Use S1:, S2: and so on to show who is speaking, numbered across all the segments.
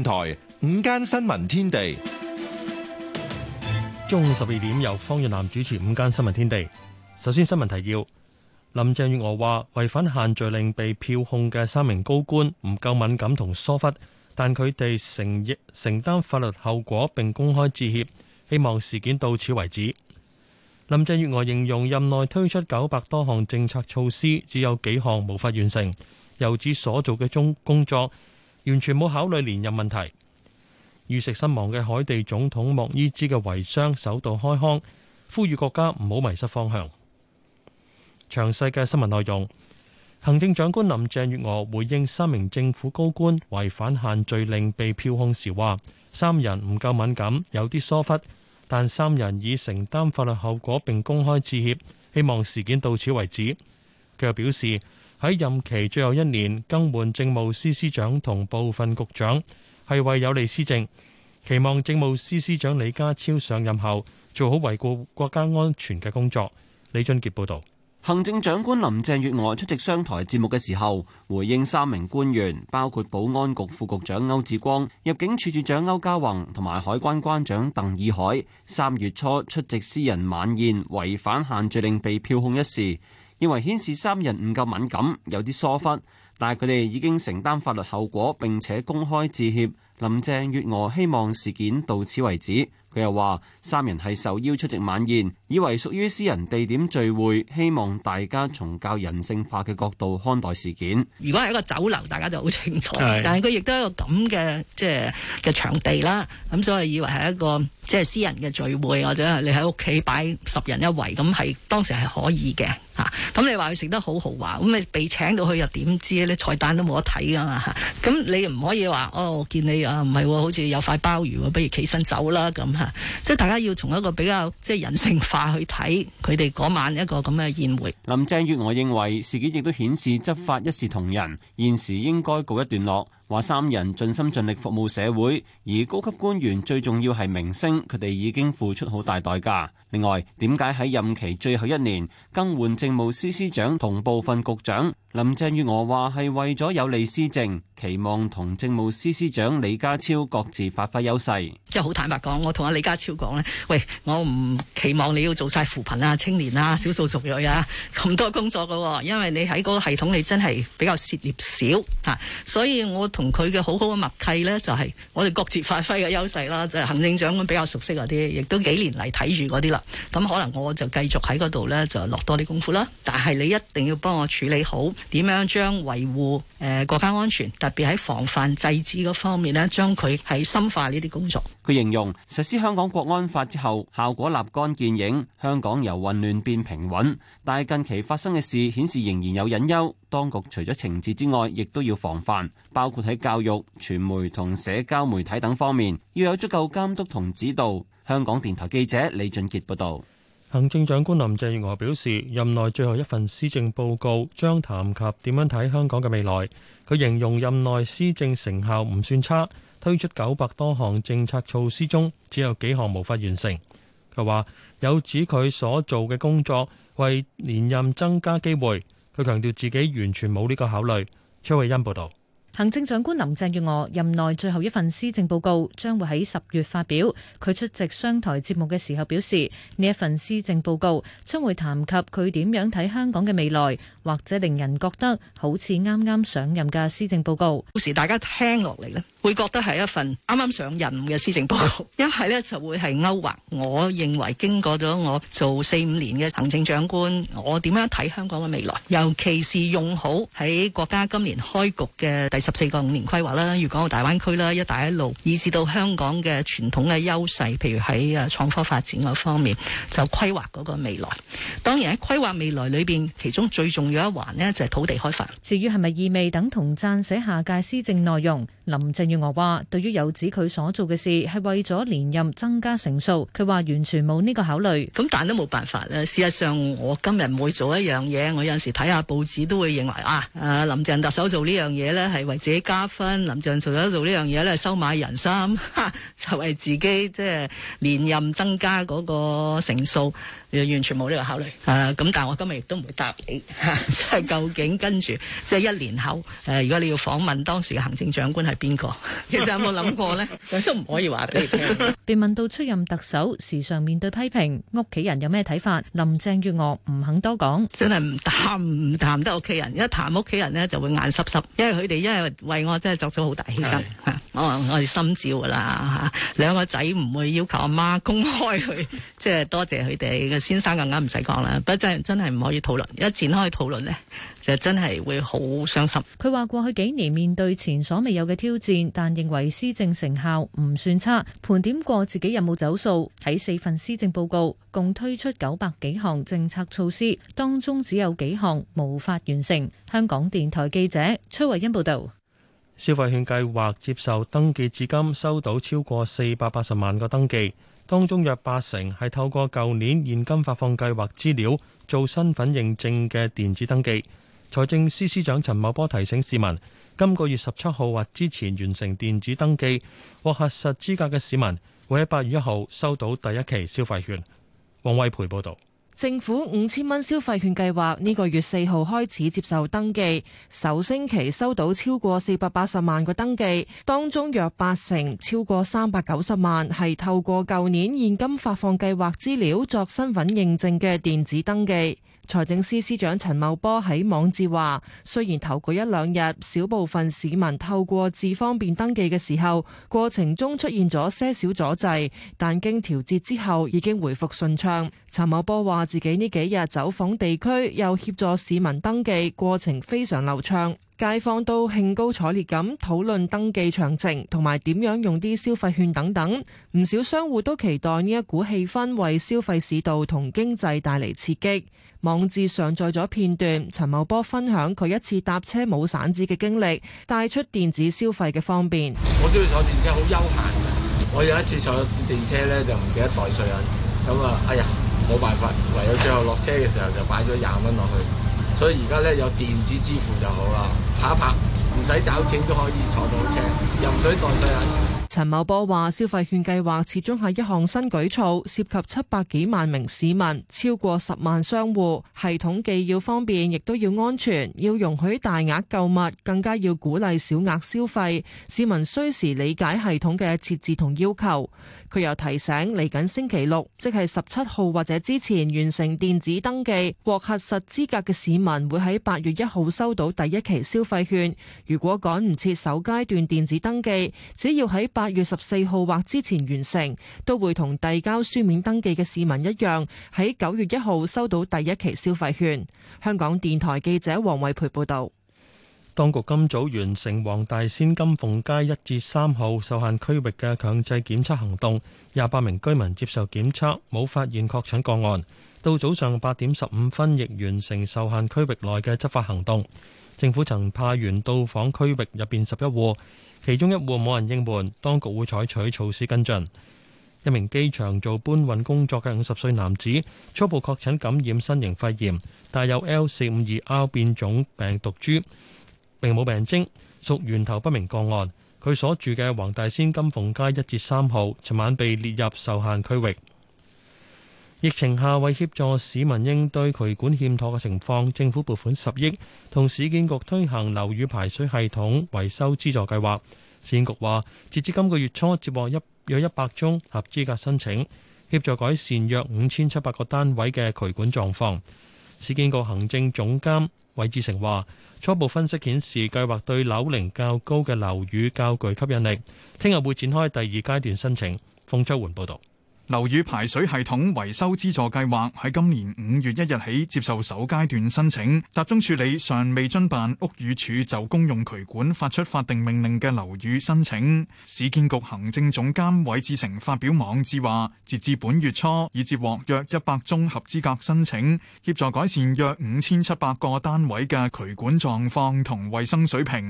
S1: 台午間新聞天地，
S2: 中午12點由方月南主持午間新聞天地。首先新聞提要：林鄭月娥話，違反限聚令被票控嘅3名高官唔夠敏感同疏忽，但佢哋承擔法律後果並公開致歉，希望事件到此為止。林鄭月娥形容任內推出900多項政策措施，只有幾項無法完成，又指所做嘅工作完全冇考慮連任問題。遇刺身亡嘅海地總統莫伊茲嘅遺孀首度開腔，呼籲國家唔好迷失方向。詳細嘅新聞內容，行政長官林鄭月娥回應3名政府高官違反限聚令被票控時話，3人唔夠敏感，有啲疏忽，但3人已承擔法律後果並公開致歉，希望事件到此為止。佢又表示，喺任期最後1年更換政務司司長同部分局長係為有利施政，期望政務司司長李家超上任後做好維護國家安全嘅工作。李俊傑報導。
S3: 行政長官林鄭月娥出席商台節目嘅時候，回應3名官員，包括保安局副局長歐志光、入境處處長歐家宏同埋海關關長鄧以海3月初出席私人晚宴違反限聚令被票控一事，認為顯示3人唔夠敏感，有啲疏忽，但係佢哋已經承擔法律後果並且公開致歉。林鄭月娥希望事件到此為止。佢又話3人係受邀出席晚宴，以為屬於私人地點聚會，希望大家從較人性化嘅角度看待事件。
S4: 如果係一個酒樓，大家就好清楚，但係佢亦都係一個咁嘅嘅場地啦，咁所以以為係一個私人嘅聚會，或者係你喺屋企擺10人一圍，咁係當時係可以嘅嚇。咁你話佢食得好豪華，咁你被請到去又點知咧？菜單都冇得睇噶嘛嚇。咁你唔可以話我見你唔係好似有塊鮑魚，不如起身走啦咁嚇。即係大家要從一個比較人性化去睇佢哋嗰晚一個咁嘅宴會。
S3: 林鄭月娥認為事件亦都顯示執法一視同仁，現時應該告一段落。話3人盡心盡力服務社會，而高級官員最重要係明星，佢哋已經付出好大代價。另外，點解喺任期最後1年更換政務司司長同部分局長？林鄭月娥話係為咗有利施政，期望同政務司司長李家超各自發揮優勢。
S4: 即係好坦白講，我同阿李家超講呢：喂，我唔期望你要做晒扶貧啊、青年啊、少數族裔啊咁多工作噶，因為你喺嗰個系統你真係比較涉獵少吓，所以我同佢嘅好好嘅默契呢，就係我哋各自發揮嘅優勢啦。就係行政長官比較熟悉嗰啲，亦都幾年嚟睇住嗰啲啦。咁可能我就繼續喺嗰度呢，就落多啲功夫啦。但係你一定要幫我處理好點樣將維護國家安全，特別喺防範制止嗰方面呢，將佢係深化呢啲工作。
S3: 佢形容實施香港國安法之後，效果立竿見影，香港由混亂變平穩。但係近期發生嘅事顯示仍然有隱憂，當局除咗懲治之外，亦都要防範，包括喺教育、傳媒同社交媒體等方面，要有足夠監督同指導。香港電台記者李俊傑報導。
S2: 行政長官林鄭月娥表示，任內最後一份施政報告將談及點樣睇香港嘅未來。佢形容任內施政成效唔算差，推出900多項政策措施中，只有幾項無法完成。佢話有指佢所做嘅工作為連任增加機會，佢強調自己完全冇呢個考慮。崔慧欣報導。
S5: 行政長官林鄭月娥任內最後一份施政報告將會喺10月發表。佢出席商台節目嘅時候表示，呢一份施政報告將會談及佢點樣睇香港嘅未來，或者令人覺得好似啱啱上任嘅施政報告。
S4: 到時大家聽落嚟呢，會覺得係一份啱啱上任嘅施政報告，一係呢就會係勾畫。我認為經過咗我做4-5年嘅行政長官，我點樣睇香港嘅未來，尤其是用好喺國家今年開局嘅第14個5年規劃啦，粵港澳大灣區啦，一帶一路，以至到香港嘅傳統嘅優勢，譬如喺創科發展嗰方面，就規劃嗰個未來。當然喺規劃未來裏邊，其中最重要一環呢，就係土地開發。
S5: 至於係咪意味等同撰寫下屆施政內容？林鄭月娥話：對於有指佢所做嘅事係為咗連任增加成數，佢話完全冇呢個考慮。
S4: 咁但都冇辦法啦。事實上，我今日每做一樣嘢，我有陣時睇下報紙都會認為林鄭特首做呢樣嘢呢係為自己加分，林鄭做呢樣嘢呢收買人心，就為自己即係連任增加嗰個成數。完全冇呢個考慮，咁但係我今日亦都唔會答你， 即係究竟跟住即係1年後如果你要訪問當時嘅行政長官係邊個，其實有冇諗過呢？我都唔可以話俾你聽。
S5: 被問到出任特首時常面對批評，屋企人有咩睇法？林鄭月娥唔肯多講，
S4: 真係唔談得屋企人，一談屋企人呢就會眼濕濕，因為佢哋因為為我真係作咗好大犧牲嚇，我哋心照噶啦嚇。2個仔唔會要求阿媽公開佢，即係多謝佢哋嘅先生更加唔使講啦。不過真係唔可以討論，一展開討論呢，就真係會好傷心。
S5: 佢話過去幾年面對前所未有嘅挑戰，但認為施政成效唔算差。盤點過自己有冇走數，喺4份施政報告共推出900幾項政策措施，當中只有幾項無法完成。香港電台記者崔慧欣報道。
S2: 消費券計劃接受登記至今收到超過480萬個登記，當中約80%係透過舊年現金發放計劃資料做身份認證嘅電子登記。財政司司長陳茂波提醒市民，今個月17號或之前完成電子登記或核實資格嘅市民，會喺8月1號收到第一期消費券。王惠培報導。
S6: 政府5000蚊消費券計劃呢個月4號開始接受登記，首星期收到超過480萬個登記，當中約80%超過390萬係透過舊年現金發放計劃資料作身份認證嘅電子登記。財政司司長陳茂波喺網誌話，雖然頭嗰1-2日少部分市民透過智方便登記嘅時候，過程中出現咗些少阻滯，但經調節之後已經回復順暢。陳茂波話自己呢幾日走訪地區，又協助市民登記，過程非常流暢。街坊都興高采烈咁討論登記詳情同埋點樣用啲消費券等等，唔少商戶都期待呢一股氣氛為消費市道同經濟帶嚟刺激。網誌上載咗片段，陳茂波分享佢一次搭車冇散紙嘅經歷，帶出電子消費嘅方便。
S7: 我中意坐電車，好悠閒嘅。我有一次坐電車咧，就唔記得袋稅銀，咁啊，哎呀，冇辦法，唯有最後落車嘅時候就擺咗20蚊落去。所以而家咧有電子支付就好啦，拍一拍唔使找錢都可以坐到車，又唔使袋稅銀。
S6: 陳茂波話：消費券計劃始終係一項新舉措，涉及700幾萬名市民，超過10萬商戶。系統既要方便，亦都要安全，要容許大額購物，更加要鼓勵小額消費。市民需時理解系統嘅設置同要求。佢又提醒，嚟緊星期六，即係17號或者之前完成電子登記獲核實資格嘅市民，會喺8月1號收到第一期消費券。如果趕唔切首階段電子登記，只要喺8月14號或之前完成，都會同遞交書面登記嘅市民一樣，喺9月1號收到第一期消費券。香港電台記者黃惠培報道。
S2: 當局今早完成黃大仙金鳳街1至3號受限區域嘅強制檢測行動，28名居民接受檢測，冇發現確診個案。到早上8點15分，亦完成受限區域內嘅執法行動。政府曾派員到訪區域入邊11戶，其中1戶冇人應門，當局會採取措施跟進。一名機場做搬運工作嘅50歲男子初步確診感染新型肺炎，帶有 L452R 變種病毒株，並冇病徵，屬源頭不明個案。佢所住嘅黃大仙金鳳街1至3號，尋晚被列入受限區域。疫情下，為協助市民應對渠管欠妥嘅情況，政府撥款10億，同市建局推行樓宇排水系統維修資助計劃。市建局話，截至今個月初，接獲約100宗合資格申請，協助改善約5700個單位嘅渠管狀況。市建局行政總監韋志成話，初步分析顯示，計劃對樓齡較高嘅樓宇較具吸引力。聽日會展開第2階段申請。馮秋媛報導。
S8: 樓宇排水系統維修資助計劃喺今年5月1日起接受首階段申請，集中處理尚未遵辦屋宇署就公用渠管發出法定命令嘅樓宇申請。市建局行政總監韋志成發表網誌話，截至本月初已接獲約100宗合資格申請，協助改善約5700個單位嘅渠管狀況同衛生水平。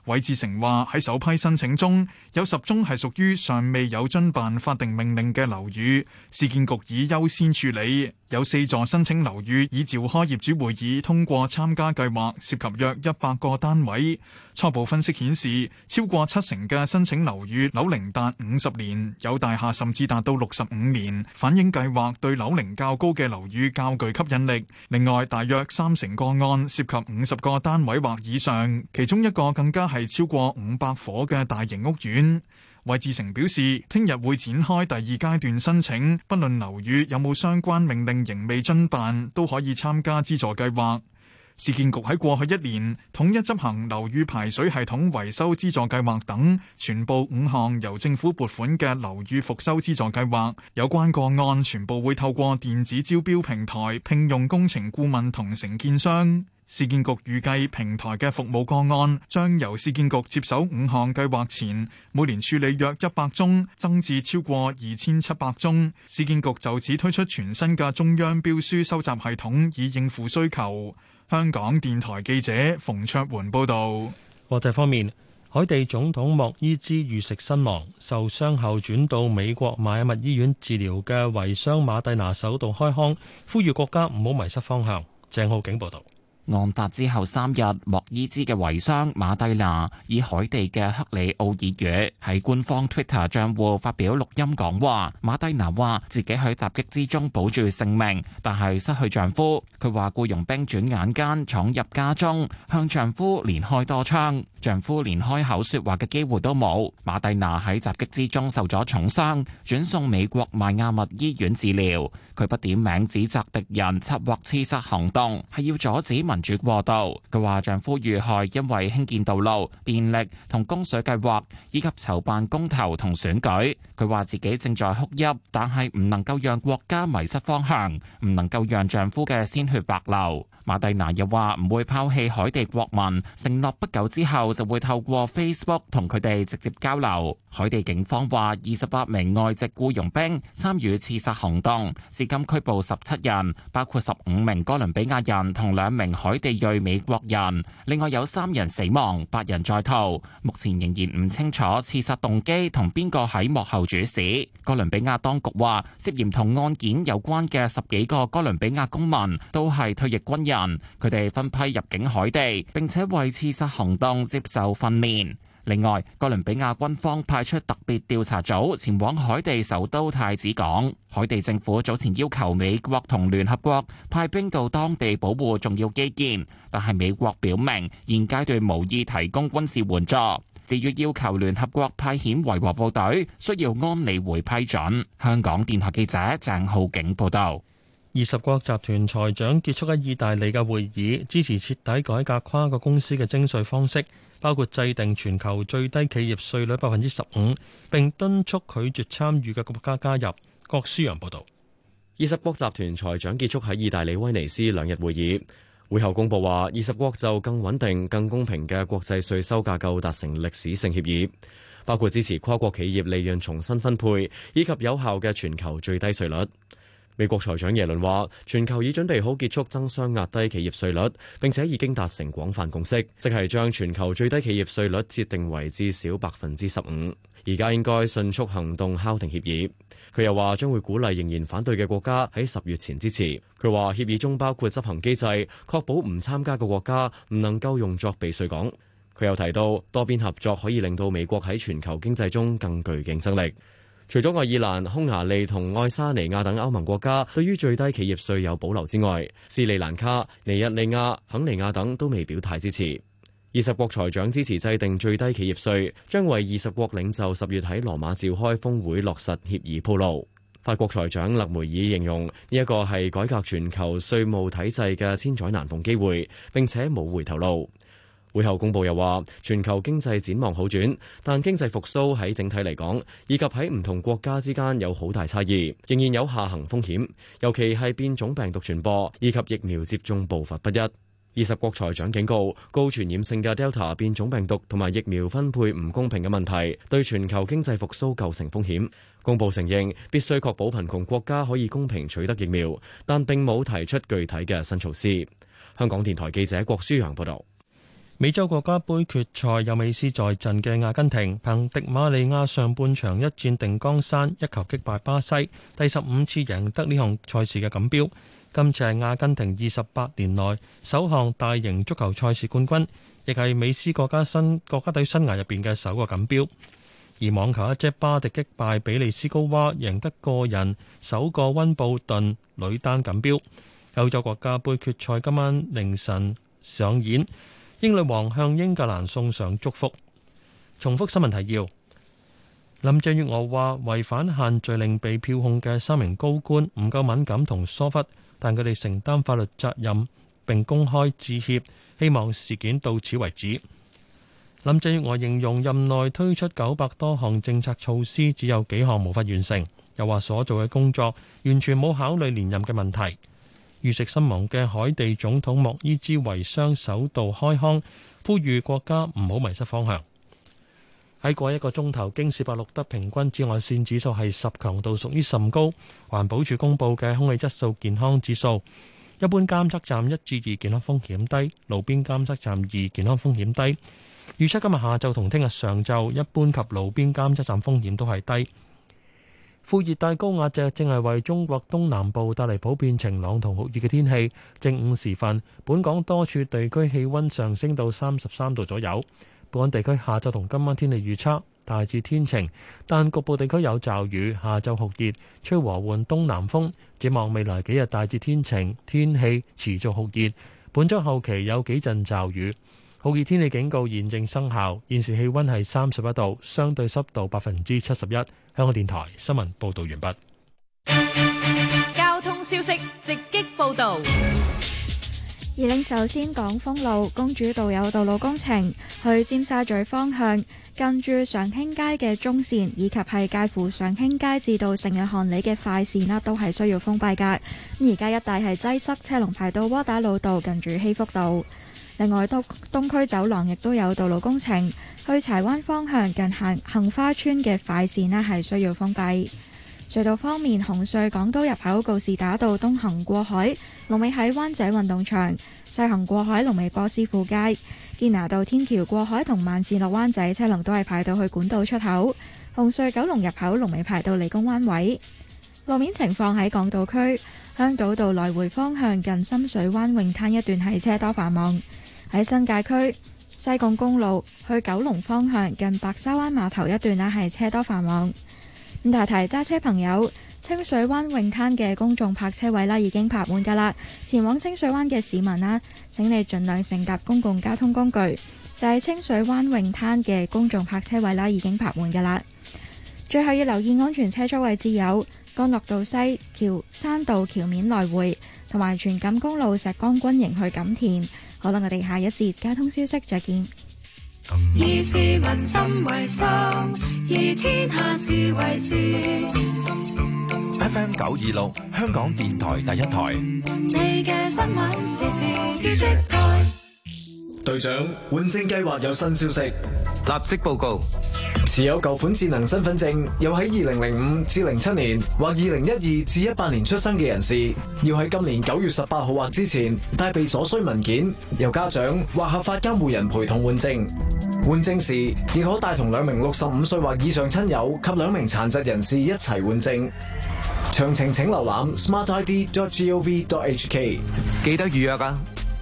S8: 韋志成話喺首批申請中有10宗係屬於尚未有遵辦法定命令嘅樓宇，市建局已優先處理。有4座申請樓宇已召開業主會議通過參加計劃，涉及約100個單位。初步分析顯示，超過70%嘅申請樓宇樓齡達50年，有大廈甚至達到65年，反映計劃對樓齡較高嘅樓宇較具吸引力。另外，大約30%個案涉及50個單位或以上，其中一個更加係超過500伙嘅大型屋苑。韋志成表示，聽日會展開第2階段申請，不論樓宇有冇相關命令仍未遵辦，都可以參加資助計劃。市建局喺過去1年統一執行樓宇排水系統維修資助計劃等全部5項由政府撥款嘅樓宇復修資助計劃，有關個案全部會透過電子招標平台聘用工程顧問同承建商。市建局預計平台嘅服務個案將由市建局接手5項計劃前每年處理約100宗，增至超過2700宗。市建局就此推出全新嘅中央標書收集系統，以應付需求。香港電台記者馮卓媛報導。
S2: 國際方面，海地總統莫伊茲遇食身亡，受傷後轉到美國邁阿密醫院治療嘅遺孀馬蒂娜首度開腔，呼籲國家唔好迷失方向。鄭浩景報導。
S9: 案發之後3日，莫伊茲嘅遺孀馬蒂娜以海地嘅克里奧爾語喺官方 Twitter 賬戶發表錄音講話。馬蒂娜話自己喺襲擊之中保住性命，但係失去丈夫。佢話僱傭兵轉眼間闖入家中，向丈夫連開多槍，丈夫連開口說話嘅機會都冇。馬蒂娜喺襲擊之中受咗重傷，轉送美國邁阿密醫院治療。佢不點名指責敵人策劃刺殺行動，係要阻止民主過渡。佢話丈夫遇害因為興建道路、電力同供水計劃，以及籌辦公投同選舉。佢話自己正在哭泣，但係唔能夠讓國家迷失方向，唔能夠讓丈夫嘅鮮血白流。馬蒂娜又話唔會拋棄海地國民，承諾不久之後就會透過 Facebook 同佢哋直接交流。海地警方話28名外籍僱傭兵參與刺殺行動，至今拘捕17人，包括15名哥倫比亞人同2名海地裔美國人，另外有3人死亡，8人在逃。目前仍然唔清楚刺殺動機同邊個喺幕後主使。哥倫比亞當局話涉嫌同案件有關嘅10幾個哥倫比亞公民都係退役軍人。佢哋分批入境海地，並且為刺殺行動接受訓練。另外，哥倫比亞軍方派出特別調查組前往海地首都太子港。海地政府早前要求美國同聯合國派兵到當地保護重要基建，但係美國表明現階段無意提供軍事援助。至於要求聯合國派遣維和部隊，需要安理會批准。香港電台記者鄭浩景報道。
S2: 20國集團財長結束喺意大利嘅會議，支持徹底改革跨國公司嘅徵稅方式，包括制定全球最低企業稅率15%，並敦促拒絕參與嘅國家加入。郭舒陽報導。
S10: 20國集團財長結束喺意大利威尼斯2日會議，會後公佈話20國就更穩定、更公平嘅國際稅收架構達成歷史性協議，包括支持跨國企業利潤重新分配，以及有效嘅全球最低稅率。美國財長耶倫話，全球已準備好結束爭相壓低企業稅率，並且已經達成廣泛共識，即係將全球最低企業稅率設定為至少15%。而家應該迅速行動敲定協議。佢又話將會鼓勵仍然反對嘅國家喺10月前支持。佢話協議中包括執行機制，確保唔參加嘅國家唔能夠用作避稅港。佢又提到多邊合作可以令到美國喺全球經濟中更具競爭力。除咗愛爾蘭、匈牙利同愛沙尼亞等歐盟國家對於最低企業稅有保留之外，斯里蘭卡、尼日利亞、肯尼亞等都未表態支持。20國財長支持制定最低企業稅，將為20國領袖10月喺羅馬召開峰會落實協議鋪路。法國財長勒梅爾形容呢一個係改革全球稅務體制嘅千載難逢機會，並且冇回頭路。會後公佈又話，全球經濟展望好轉，但經濟復甦喺整體嚟講，以及喺唔同國家之間有好大差異，仍然有下行風險，尤其係變種病毒傳播以及疫苗接種步伐不一。20國財長警告，高傳染性嘅 Delta 變種病毒同埋疫苗分配唔公平嘅問題，對全球經濟復甦構成風險。公佈承認必須確保貧窮國家可以公平取得疫苗，但並冇提出具體嘅新措施。香港電台記者郭舒陽報導。
S2: 美洲國家盃決賽有美斯在陣嘅阿根廷，憑迪馬利亞上半場一戰定江山，一球擊敗巴西，第15次贏得呢項賽事嘅錦標。今次係阿根廷28年內首項大型足球賽事冠軍，亦係美斯國家隊生涯入邊嘅首個錦標。而網球一姐巴迪擊敗比利斯高娃，贏得個人首個溫布頓女單錦標。歐洲國家盃決賽今晚凌晨上演。英女王向英格蘭送上祝福。重複新聞提要。林鄭月娥話，違反限聚令被票控嘅3名高官唔夠敏感同疏忽，但佢哋承擔法律責任並公開致歉，希望事件到此為止。林鄭月娥形容任內推出900多項政策措施，只有幾項無法完成，又話所做嘅工作完全冇考慮連任嘅問題。遇刺身亡嘅海地總統莫伊茲遺孀首度開腔，呼籲國家唔好迷失方向。喺過一個鐘頭，京士柏錄得平均紫外線指數係10，強度屬於甚高。環保署公布嘅空氣質素健康指數，一般監測站1至2健康風險低，路邊監測站2健康風險低。預測今日下晝同聽日上晝，一般及路邊監測站風險都係低。副熱帶高壓脊正係為中國東南部帶嚟普遍晴朗同酷熱嘅天氣。正午時分，本港多處地區氣溫上升到33度左右。本港地區下晝同今晚天氣預測大致天晴，但局部地區有驟雨。下晝酷熱，吹和緩東南風。展望未來幾日大致天晴，天氣持續酷熱。本週後期有幾陣驟雨。酷熱天氣警告現正生效。現時氣溫係31度，相對濕度71%。香港電台新聞報道完畢。
S11: 交通消息直擊報道。
S12: 首先講封路，公主道有道路工程，去尖沙咀方向近住常興街嘅中線，以及係介乎常興街至到聖約翰里嘅快線啦，都係需要封閉㗎。咁而家一帶係擠塞，車龍排到窩打老道近住希福道。另外，東區走廊亦都有道路工程，去柴灣方向近杏花村嘅快線呢係需要封閉。隧道方面，紅隧港島入口告士打道東行過海，龍尾喺灣仔運動場；西行過海龍尾波斯富街。堅拿道天橋過海同慢線落灣仔車龍都係排到去管道出口。紅隧九龍入口龍尾排到理工灣位。路面情況喺港島區，香島道來回方向近深水灣泳灘一段係車多繁忙。喺新界區西貢公路去九龍方向近白沙灣碼頭一段呢係車多繁忙。咁提提揸車朋友，清水灣泳灘嘅公眾泊車位啦已經泊滿㗎啦。前往清水灣嘅市民啦，請你盡量乘搭公共交通工具。就係清水灣泳灘嘅公眾泊車位啦已經泊滿㗎啦。最後要留意安全車速位置有干諾道西橋山道橋面來回，同埋荃錦公路石崗軍營去錦田。好啦，我哋下一節交通消息再見。
S13: 以市民心為心，以天下事為事。
S1: FM 926，香港電台第一台。
S13: 你嘅新聞時事知識台。
S14: 隊長，換證計劃有新消息，
S15: 立即報告。
S14: 持有舊款智能身份證，又喺2005至07年或2012至18年出生嘅人士，要喺今年9月18號或之前帶備所需文件，由家長或合法監護人陪同換證。換證時，亦可帶同2名65歲或以上親友及2名殘疾人士一齊換證。詳情請瀏覽 smartid.gov.hk。
S15: 記得預約啊！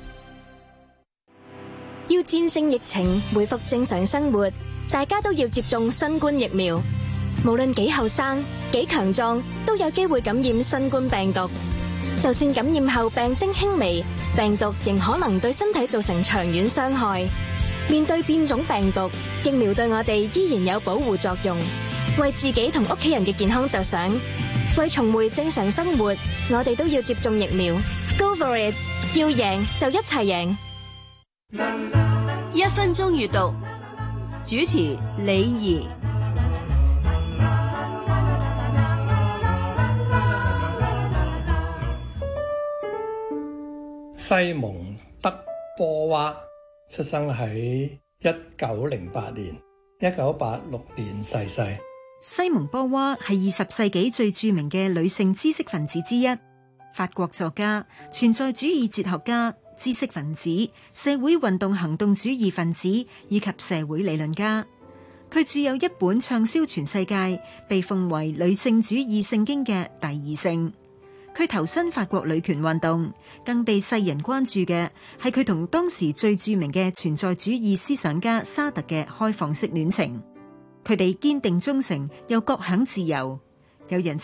S16: 要戰勝疫情，恢復正常生活，大家都要接種新冠疫苗。無論幾後生、幾強壯，都有機會感染新冠病毒。就算感染後病徵輕微，病毒仍可能對身體造成長遠傷害。面對變種病毒，疫苗對我哋依然有保護作用。為自己同屋企人嘅健康着想，為重回正常生活，我哋都要接種疫苗。Go for it！ 要贏就一齊贏。
S11: 1分鐘閱讀，主持李怡。
S17: 西蒙德波娃出生喺1908年，1986年逝世。
S18: 西蒙波娃係20世紀最著名嘅女性知識分子之一，法國作家、存在主義哲學家、 知識分子、社會運動行動主義分子以及社會理論家。佢著有一本暢銷全世界、被奉為女性主義聖經嘅《第二性》。佢投身法國女權運動，更被世人關注嘅係佢同當時最著名嘅存在主義思想家沙特嘅開放式戀情。佢哋堅定忠誠又各享自由。有人